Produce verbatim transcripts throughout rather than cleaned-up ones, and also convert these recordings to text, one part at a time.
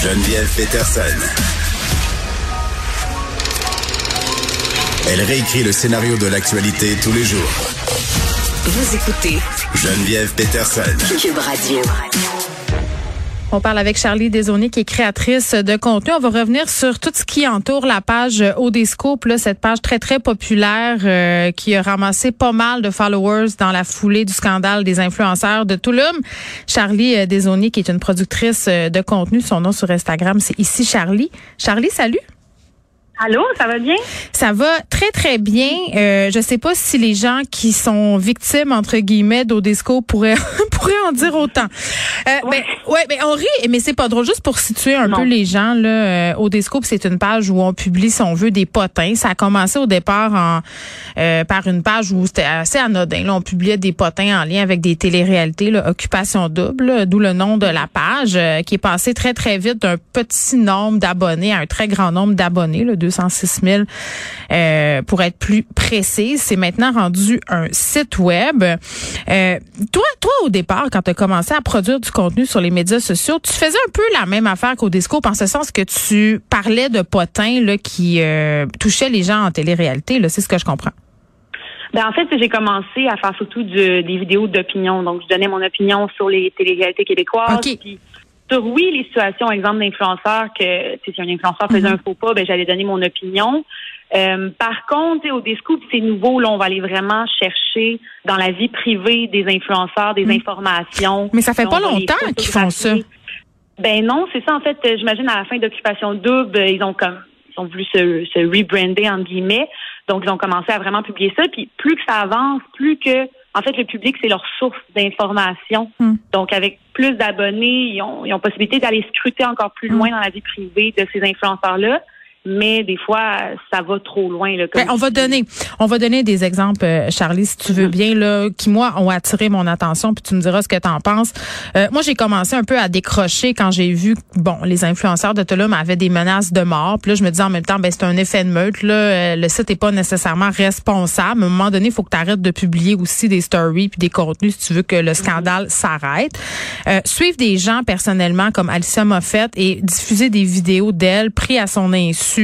Geneviève Peterson. Elle réécrit le scénario de l'actualité tous les jours. Vous écoutez Geneviève Peterson. Cube Radio. On parle avec Charlie Desaulniers, qui est créatrice de contenu. On va revenir sur tout ce qui entoure la page Odescope, là, cette page très, très populaire euh, qui a ramassé pas mal de followers dans la foulée du scandale des influenceurs de Tulum. Charlie Desaulniers, qui est une productrice de contenu. Son nom sur Instagram, c'est Ici Charlie. Charlie, salut. Allô, ça va bien? Ça va très, très bien. Euh, je sais pas si les gens qui sont victimes, entre guillemets, d'Odescope pourraient, pourraient en dire autant. Euh, ouais. Ben, ouais, ben, on rit, mais c'est pas drôle. Juste pour situer un non. peu les gens, là, euh, Odescope, c'est une page où on publie, si on veut, des potins. Ça a commencé au départ en, euh, par une page où c'était assez anodin. Là, on publiait des potins en lien avec des téléréalités, là, Occupation Double, d'où le nom de la page, euh, qui est passé très, très vite d'un petit nombre d'abonnés à un très grand nombre d'abonnés, là, deux cent six mille euh, pour être plus précis. C'est maintenant rendu un site web. Euh, toi, toi, au départ, quand tu as commencé à produire du contenu sur les médias sociaux, tu faisais un peu la même affaire qu'Odescope, en ce sens que tu parlais de potins là, qui euh, touchaient les gens en télé-réalité. Là, c'est ce que je comprends. Ben en fait, j'ai commencé à faire surtout du, des vidéos d'opinion. Donc, je donnais mon opinion sur les télé-réalités québécoises. Okay. Puis, sur, oui, les situations, exemple d'influenceurs, que si un influenceur faisait mm-hmm. un faux pas, ben j'allais donner mon opinion. Euh, par contre, Odescope, c'est nouveau. Là, on va aller vraiment chercher dans la vie privée des influenceurs, des mm. informations. Mais ça fait pas longtemps qu'ils font ça. Ben non, c'est ça. En fait, j'imagine à la fin d'Occupation Double, ils ont comme ils ont voulu se, se rebrander entre guillemets. Donc, ils ont commencé à vraiment publier ça. Puis plus que ça avance, plus que en fait, le public, c'est leur source d'information. Mm. Donc, avec plus d'abonnés, ils ont, ils ont possibilité d'aller scruter encore plus loin mm. dans la vie privée de ces influenceurs-là. Mais des fois, ça va trop loin. Là, comme ben, on va donner, on va donner des exemples, Charlie, si tu veux bien, là, qui moi ont attiré mon attention. Puis tu me diras ce que t'en penses. Euh, moi, j'ai commencé un peu à décrocher quand j'ai vu, bon, les influenceurs de Tulum avaient des menaces de mort. Puis là, je me disais en même temps, ben c'est un effet de meute. Là, le site est pas nécessairement responsable. À un moment donné, il faut que tu arrêtes de publier aussi des stories puis des contenus si tu veux que le scandale mm-hmm. s'arrête. Euh, suivre des gens personnellement comme Alicia Moffett et diffuser des vidéos d'elle pris à son insu.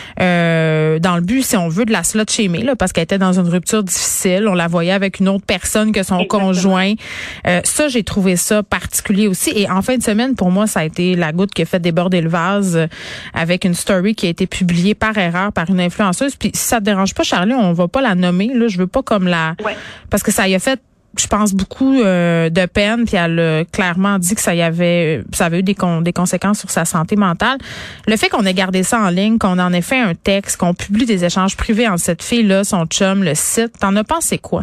Euh, dans le but, si on veut, de la slut-shamer, là, parce qu'elle était dans une rupture difficile. On la voyait avec une autre personne que son Exactement. conjoint. Euh, ça, j'ai trouvé ça particulier aussi. Et en fin de semaine, pour moi, ça a été la goutte qui a fait déborder le vase euh, avec une story qui a été publiée par erreur par une influenceuse. Puis si ça te dérange pas, Charlie, on va pas la nommer. Là, je veux pas comme la... Ouais. Parce que ça y a fait je pense beaucoup euh, de peine, puis elle a clairement dit que ça y avait ça avait eu des, con, des conséquences sur sa santé mentale. Le fait qu'on ait gardé ça en ligne, qu'on en ait fait un texte, qu'on publie des échanges privés entre cette fille-là, son chum, le site, t'en as pensé quoi?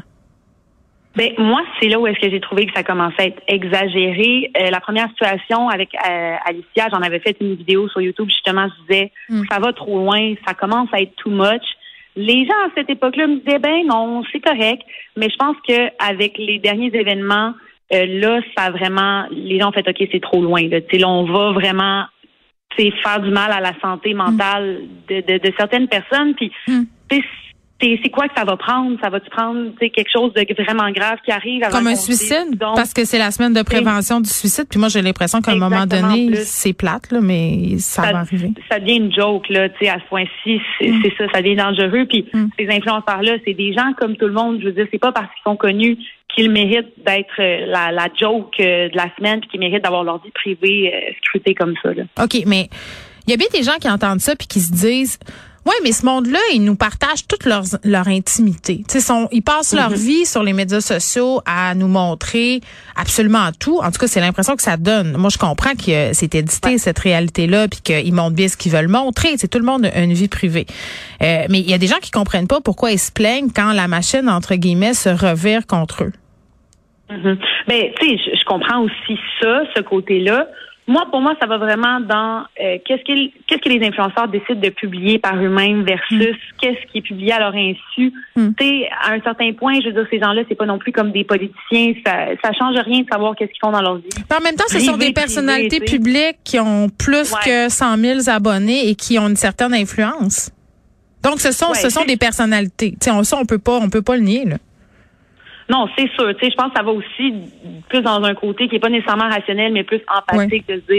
Ben moi, c'est là où est-ce que j'ai trouvé que ça commençait à être exagéré. Euh, la première situation avec euh, Alicia, j'en avais fait une vidéo sur YouTube, justement, je disais mm. ça va trop loin, ça commence à être too much. Les gens à cette époque-là me disaient ben non, c'est correct, mais je pense que avec les derniers événements, euh, là, ça a vraiment les gens ont fait ok, c'est trop loin. Là, là on va vraiment faire du mal à la santé mentale mm. de, de, de certaines personnes. Puis mm. c'est, c'est quoi que ça va prendre? Ça va-tu prendre quelque chose de vraiment grave qui arrive? Avant Comme un suicide? Donc, parce que c'est la semaine de prévention du suicide. Puis moi, j'ai l'impression qu'à un moment donné, plus. c'est plate, là, mais ça, ça va arriver. Ça devient une joke, là, tu sais, à ce point-ci. C'est, mm. c'est ça, ça devient dangereux. Puis mm. ces influenceurs-là, c'est des gens comme tout le monde. Je veux dire, c'est pas parce qu'ils sont connus qu'ils méritent d'être la, la joke de la semaine puis qu'ils méritent d'avoir leur vie privée euh, scrutée comme ça, là. OK, mais il y a bien des gens qui entendent ça puis qui se disent... Oui, mais ce monde-là, ils nous partagent toute leur, leur intimité. Tu sais, ils passent mm-hmm. leur vie sur les médias sociaux à nous montrer absolument tout. En tout cas, c'est l'impression que ça donne. Moi, je comprends que c'est édité, ouais. cette réalité-là, puis qu'ils montrent bien ce qu'ils veulent montrer. C'est tout le monde a une vie privée. Euh, mais il y a des gens qui comprennent pas pourquoi ils se plaignent quand la machine, entre guillemets, se revire contre eux. Mm-hmm. Ben, tu sais, je, je comprends aussi ça, ce côté-là. Moi, pour moi, ça va vraiment dans euh, qu'est-ce que qu'est-ce que les influenceurs décident de publier par eux-mêmes versus mm. qu'est-ce qui est publié à leur insu. Mm. Tu sais, à un certain point, je veux dire, ces gens-là, c'est pas non plus comme des politiciens. Ça, ça change rien de savoir qu'est-ce qu'ils font dans leur vie. Mais en même temps, ce sont des personnalités privé, publiques qui ont plus ouais. que cent mille abonnés et qui ont une certaine influence. Donc, ce sont, ouais, ce sont des personnalités. Tu sais, on, ça, on peut pas, on peut pas le nier, là. Non, c'est sûr. Tu sais, je pense que ça va aussi plus dans un côté qui est pas nécessairement rationnel, mais plus empathique ouais. de se dire,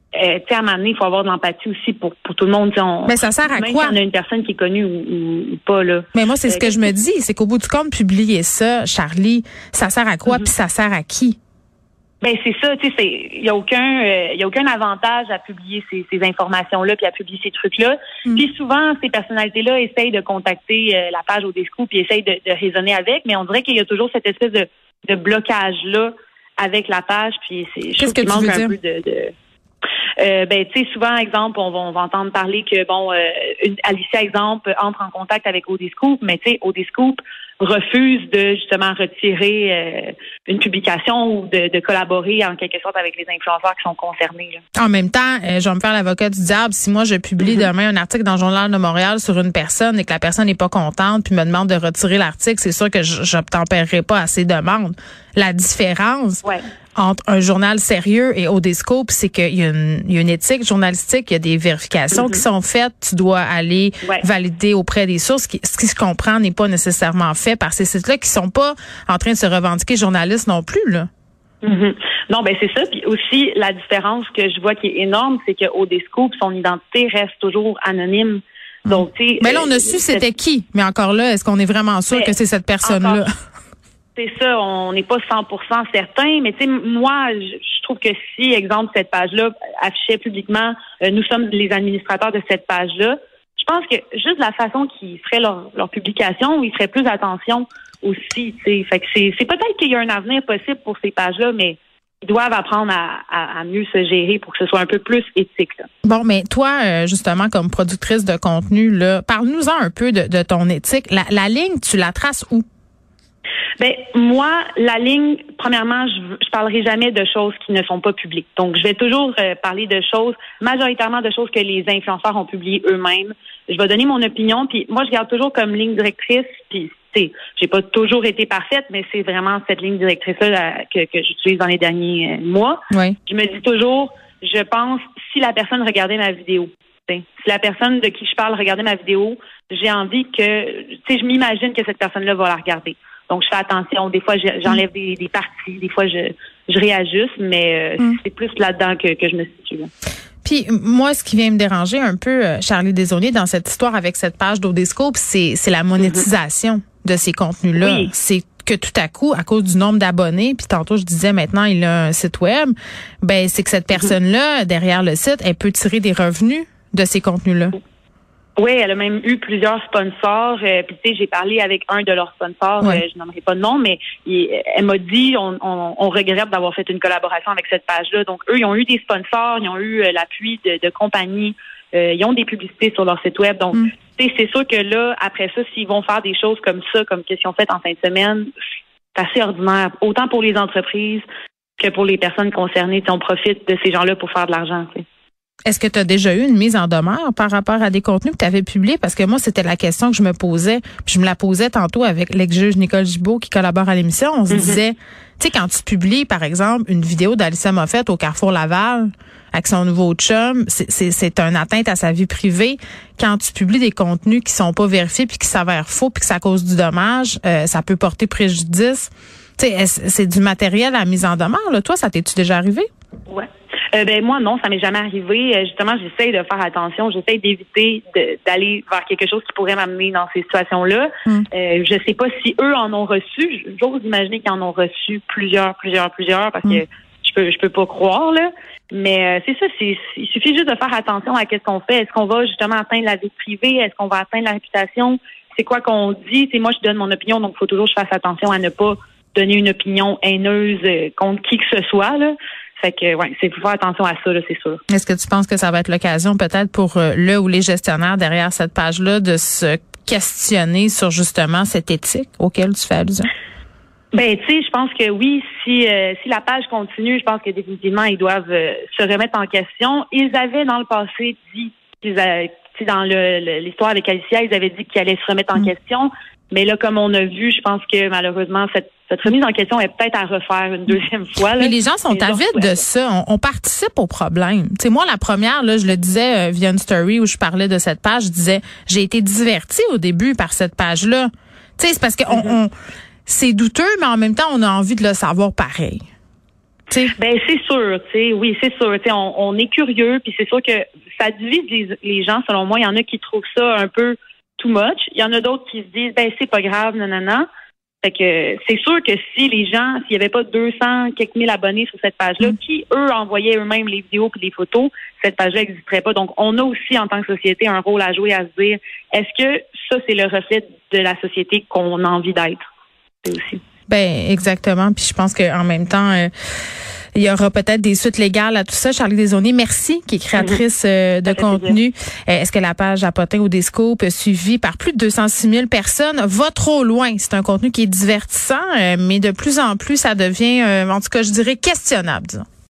euh, tu sais, à un moment donné, il faut avoir de l'empathie aussi pour, pour tout le monde. On, mais ça sert à même quoi? Même si on a une personne qui est connue ou, ou, ou pas, là. Mais moi, c'est euh, ce que je me dis, c'est qu'au bout du compte, publier ça, Charlie, ça sert à quoi, mm-hmm. puis ça sert à qui? Ben c'est ça, tu sais, il y a aucun, il euh, y a aucun avantage à publier ces, ces informations-là, puis à publier ces trucs-là. Mm. Puis souvent, ces personnalités-là essayent de contacter euh, la page Odescoop, puis essayent de, de raisonner avec, mais on dirait qu'il y a toujours cette espèce de, de blocage-là avec la page, puis c'est, je Qu'est-ce que qu'il tu manque veux un dire? peu de, de Euh, ben, tu sais, souvent, exemple, on va, on va entendre parler que, bon, euh, une, Alicia, exemple, entre en contact avec Odescoop, mais tu sais, Odescoop refuse de, justement, retirer euh, une publication ou de, de collaborer, en quelque sorte, avec les influenceurs qui sont concernés, là. En même temps, euh, je vais me faire l'avocat du diable. Si moi, je publie mm-hmm. demain un article dans le Journal de Montréal sur une personne et que la personne n'est pas contente puis me demande de retirer l'article, c'est sûr que je n'obtempérerai pas à ces demandes. La différence... Ouais. entre un journal sérieux et Odescoop, c'est qu'il y a une, il y a une éthique journalistique, il y a des vérifications mm-hmm. qui sont faites, tu dois aller ouais. valider auprès des sources. Qui, ce qui se comprend n'est pas nécessairement fait par ces sites-là qui sont pas en train de se revendiquer journalistes non plus, là. Mm-hmm. Non, ben c'est ça. Puis aussi, la différence que je vois qui est énorme, c'est que Odescoop, son identité reste toujours anonyme. Donc, tu sais. Mais là, on a su c'était qui. Mais encore là, est-ce qu'on est vraiment sûr mais que c'est cette personne-là? Encore, c'est ça, on n'est pas cent pour cent certain, mais tu sais, moi, je, je trouve que si, exemple, cette page-là affichait publiquement, euh, nous sommes les administrateurs de cette page-là, je pense que juste la façon qu'ils feraient leur, leur publication, ils feraient plus attention aussi, tu sais. Fait que c'est, c'est peut-être qu'il y a un avenir possible pour ces pages-là, mais ils doivent apprendre à, à, à mieux se gérer pour que ce soit un peu plus éthique, là. Bon, mais toi, justement, comme productrice de contenu, là, parle-nous-en un peu de, de ton éthique. La, la ligne, tu la traces où? Ben moi, la ligne, premièrement, je, je parlerai jamais de choses qui ne sont pas publiques. Donc, je vais toujours euh, parler de choses, majoritairement de choses que les influenceurs ont publiées eux-mêmes. Je vais donner mon opinion, puis moi, je garde toujours comme ligne directrice, puis tu sais, j'ai pas toujours été parfaite, mais c'est vraiment cette ligne directrice-là que, que j'utilise dans les derniers euh, mois. Oui. Je me dis toujours, je pense, si la personne regardait ma vidéo, si la personne de qui je parle regardait ma vidéo, j'ai envie que, tu sais, je m'imagine que cette personne-là va la regarder. Donc, je fais attention. Des fois, j'enlève des, des parties. Des fois, je, je réajuste, mais euh, mm. c'est plus là-dedans que, que je me situe. Là. Puis, moi, ce qui vient me déranger un peu, Charlie Desaulniers, dans cette histoire avec cette page d'Odescoop, c'est, c'est la monétisation mm-hmm. de ces contenus-là. Oui. C'est que tout à coup, à cause du nombre d'abonnés, puis tantôt, je disais maintenant, il a un site web, ben c'est que cette personne-là, mm-hmm. derrière le site, elle peut tirer des revenus de ces contenus-là. Oui, elle a même eu plusieurs sponsors. Euh, Puis tu sais, j'ai parlé avec un de leurs sponsors. Ouais. Euh, je nommerai pas de nom, mais il, elle m'a dit on, on, on regrette d'avoir fait une collaboration avec cette page-là. Donc eux, ils ont eu des sponsors, ils ont eu euh, l'appui de, de compagnies, euh, ils ont des publicités sur leur site web. Donc mm. tu sais, c'est sûr que là, après ça, s'ils vont faire des choses comme ça, comme qu'est-ce qu'ils ont fait en fin de semaine, c'est assez ordinaire, autant pour les entreprises que pour les personnes concernées. On profite de ces gens-là pour faire de l'argent. T'sais. Est-ce que tu as déjà eu une mise en demeure par rapport à des contenus que tu avais publiés? Parce que moi, c'était la question que je me posais. Puis je me la posais tantôt avec l'ex-juge Nicole Gibault qui collabore à l'émission. On se mm-hmm. disait, tu sais, quand tu publies, par exemple, une vidéo d'Alicia Moffett au Carrefour Laval avec son nouveau chum, c'est, c'est, c'est une atteinte à sa vie privée. Quand tu publies des contenus qui sont pas vérifiés puis qui s'avèrent faux puis que ça cause du dommage, euh, ça peut porter préjudice. Tu sais, c'est du matériel à mise en demeure, là. Toi, ça t'es-tu déjà arrivé? Ouais. Euh, ben moi non, ça m'est jamais arrivé. Euh, justement, j'essaie de faire attention, j'essaie d'éviter de, d'aller vers quelque chose qui pourrait m'amener dans ces situations-là. Mm. Euh, je sais pas si eux en ont reçu. J'ose imaginer qu'ils en ont reçu plusieurs, plusieurs, plusieurs, parce mm. que je peux, je peux pas croire là. Mais euh, c'est ça, c'est, il suffit juste de faire attention à qu'est-ce qu'on fait. Est-ce qu'on va justement atteindre la vie privée? Est-ce qu'on va atteindre la réputation? C'est quoi qu'on dit? C'est moi, je donne mon opinion, donc il faut toujours que je fasse attention à ne pas donner une opinion haineuse contre qui que ce soit là. Fait que, ouais, c'est faut faire attention à ça, là, c'est sûr. Est-ce que tu penses que ça va être l'occasion peut-être pour euh, le ou les gestionnaires derrière cette page-là de se questionner sur justement cette éthique auquel tu fais allusion? Ben, tu sais, je pense que oui, si euh, si la page continue, je pense que définitivement, ils doivent euh, se remettre en question. Ils avaient dans le passé dit qu'ils avaient, dans le, le, l'histoire avec Alicia, ils avaient dit qu'ils allaient se remettre en mmh. question. Mais là, comme on a vu, je pense que malheureusement, cette, cette remise en question est peut-être à refaire une deuxième fois. Là. Mais les gens sont les avides gens, de ça. On, on participe au problème. Tu sais, moi, la première, là, je le disais euh, via une story où je parlais de cette page, je disais, j'ai été divertie au début par cette page-là. Tu sais, c'est parce que mm-hmm. on, on, c'est douteux, mais en même temps, on a envie de le savoir pareil. T'sais. Ben c'est sûr, tu sais, oui, c'est sûr. Tu sais, on, on est curieux, puis c'est sûr que ça divise les, les gens. Selon moi, il y en a qui trouvent ça un peu too much. Il y en a d'autres qui se disent, ben c'est pas grave, nanana. Fait que c'est sûr que si les gens, s'il y avait pas deux cents quelques mille abonnés sur cette page-là, mm. qui eux envoyaient eux-mêmes les vidéos et les photos, cette page-là n'existerait pas. Donc, on a aussi en tant que société un rôle à jouer, à se dire, est-ce que ça c'est le reflet de la société qu'on a envie d'être? C'est aussi. Ben exactement. Puis je pense qu'en même temps, euh, il y aura peut-être des suites légales à tout ça. Charlie Desaulniers, merci, qui est créatrice euh, de contenu. Euh, est-ce que la page Apotin ou des Scoops, suivie par plus de deux cent six mille personnes, va trop loin? C'est un contenu qui est divertissant, euh, mais de plus en plus, ça devient, euh, en tout cas, je dirais, questionnable, disons.